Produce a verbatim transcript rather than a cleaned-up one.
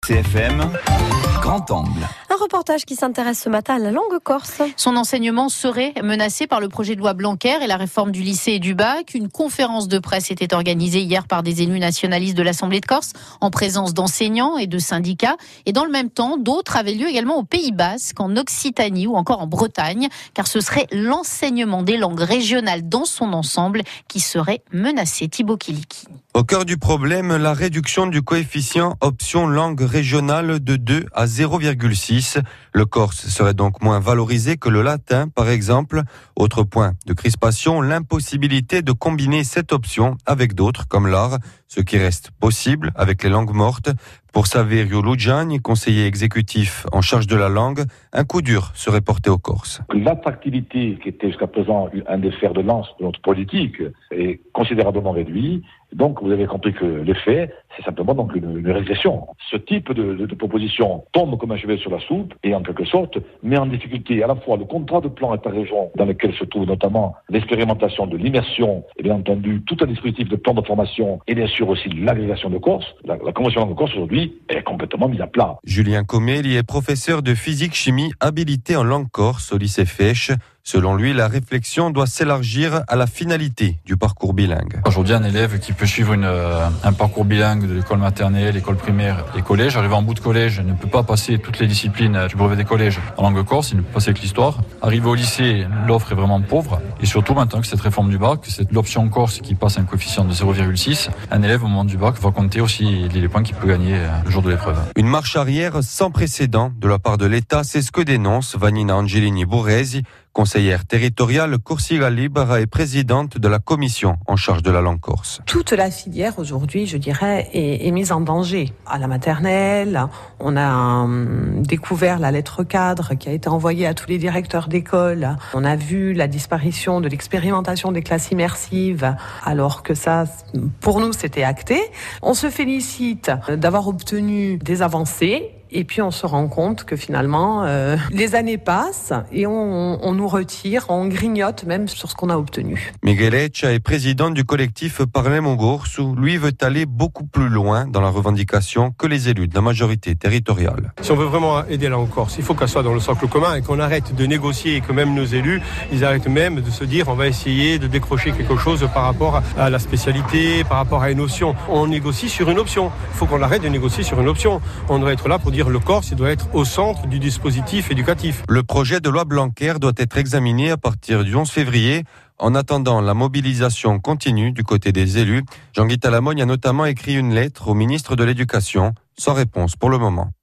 C F M, Grand Angle. Un reportage qui s'intéresse ce matin à la langue corse. Son enseignement serait menacé par le projet de loi Blanquer et la réforme du lycée et du bac. Une conférence de presse était organisée hier par des élus nationalistes de l'Assemblée de Corse, en présence d'enseignants et de syndicats. Et dans le même temps, d'autres avaient lieu également au Pays Basque, en Occitanie ou encore en Bretagne, car ce serait l'enseignement des langues régionales dans son ensemble qui serait menacé. Thibaut Kiliki. Au cœur du problème, la réduction du coefficient option langue régionale de deux à zéro virgule six. Le corse serait donc moins valorisé que le latin, par exemple. Autre point de crispation, l'impossibilité de combiner cette option avec d'autres, comme l'art, ce qui reste possible avec les langues mortes. Pour Saverio Lugiani, conseiller exécutif en charge de la langue, un coup dur serait porté aux Corses. L'attractivité qui était jusqu'à présent un des fers de lance de notre politique est considérablement réduite. Donc, vous avez compris que l'effet, c'est simplement donc une, une régression. Ce type de, de, de proposition tombe comme un cheveu sur la soupe et en quelque sorte met en difficulté à la fois le contrat de plan interrégion dans lequel se trouve notamment l'expérimentation de l'immersion et bien entendu tout un dispositif de plan de formation et bien sûr aussi l'agrégation de Corse. La, la convention langue corse aujourd'hui est complètement mise à plat. Julien Comelli est professeur de physique-chimie habilité en langue corse au lycée Fèche. Selon lui, la réflexion doit s'élargir à la finalité du parcours bilingue. Aujourd'hui, un élève qui peut suivre une, un parcours bilingue de l'école maternelle, l'école primaire et collège, arrivé en bout de collège, ne peut pas passer toutes les disciplines du brevet des collèges en langue corse, il ne peut passer que l'histoire. Arrivé au lycée, l'offre est vraiment pauvre. Et surtout, maintenant que cette réforme du bac, c'est l'option corse qui passe un coefficient de zéro virgule six, un élève au moment du bac va compter aussi les points qu'il peut gagner le jour de l'épreuve. Une marche arrière sans précédent de la part de l'État, c'est ce que dénonce Vanina Angelini-Borresi, conseillère territoriale Corsica Libera et présidente de la commission en charge de la langue corse. Toute la filière aujourd'hui, je dirais, est, est mise en danger. À la maternelle, on a hum, découvert la lettre cadre qui a été envoyée à tous les directeurs d'école. On a vu la disparition de l'expérimentation des classes immersives, alors que ça, pour nous, c'était acté. On se félicite d'avoir obtenu des avancées. Et puis on se rend compte que finalement, euh, les années passent et on, on nous retire, on grignote même sur ce qu'on a obtenu. Miguel Echa est président du collectif Parlem Corse, lui veut aller beaucoup plus loin dans la revendication que les élus de la majorité territoriale. Si on veut vraiment aider la langue corse, il faut qu'elle soit dans le socle commun et qu'on arrête de négocier et que même nos élus, ils arrêtent même de se dire on va essayer de décrocher quelque chose par rapport à la spécialité, par rapport à une option. On négocie sur une option. Il faut qu'on arrête de négocier sur une option. On doit être là pour dire le corse, il doit être au centre du dispositif éducatif. Le projet de loi Blanquer doit être examiné à partir du onze février. En attendant, la mobilisation continue du côté des élus. Jean-Guy Talamogne a notamment écrit une lettre au ministre de l'Éducation, sans réponse pour le moment.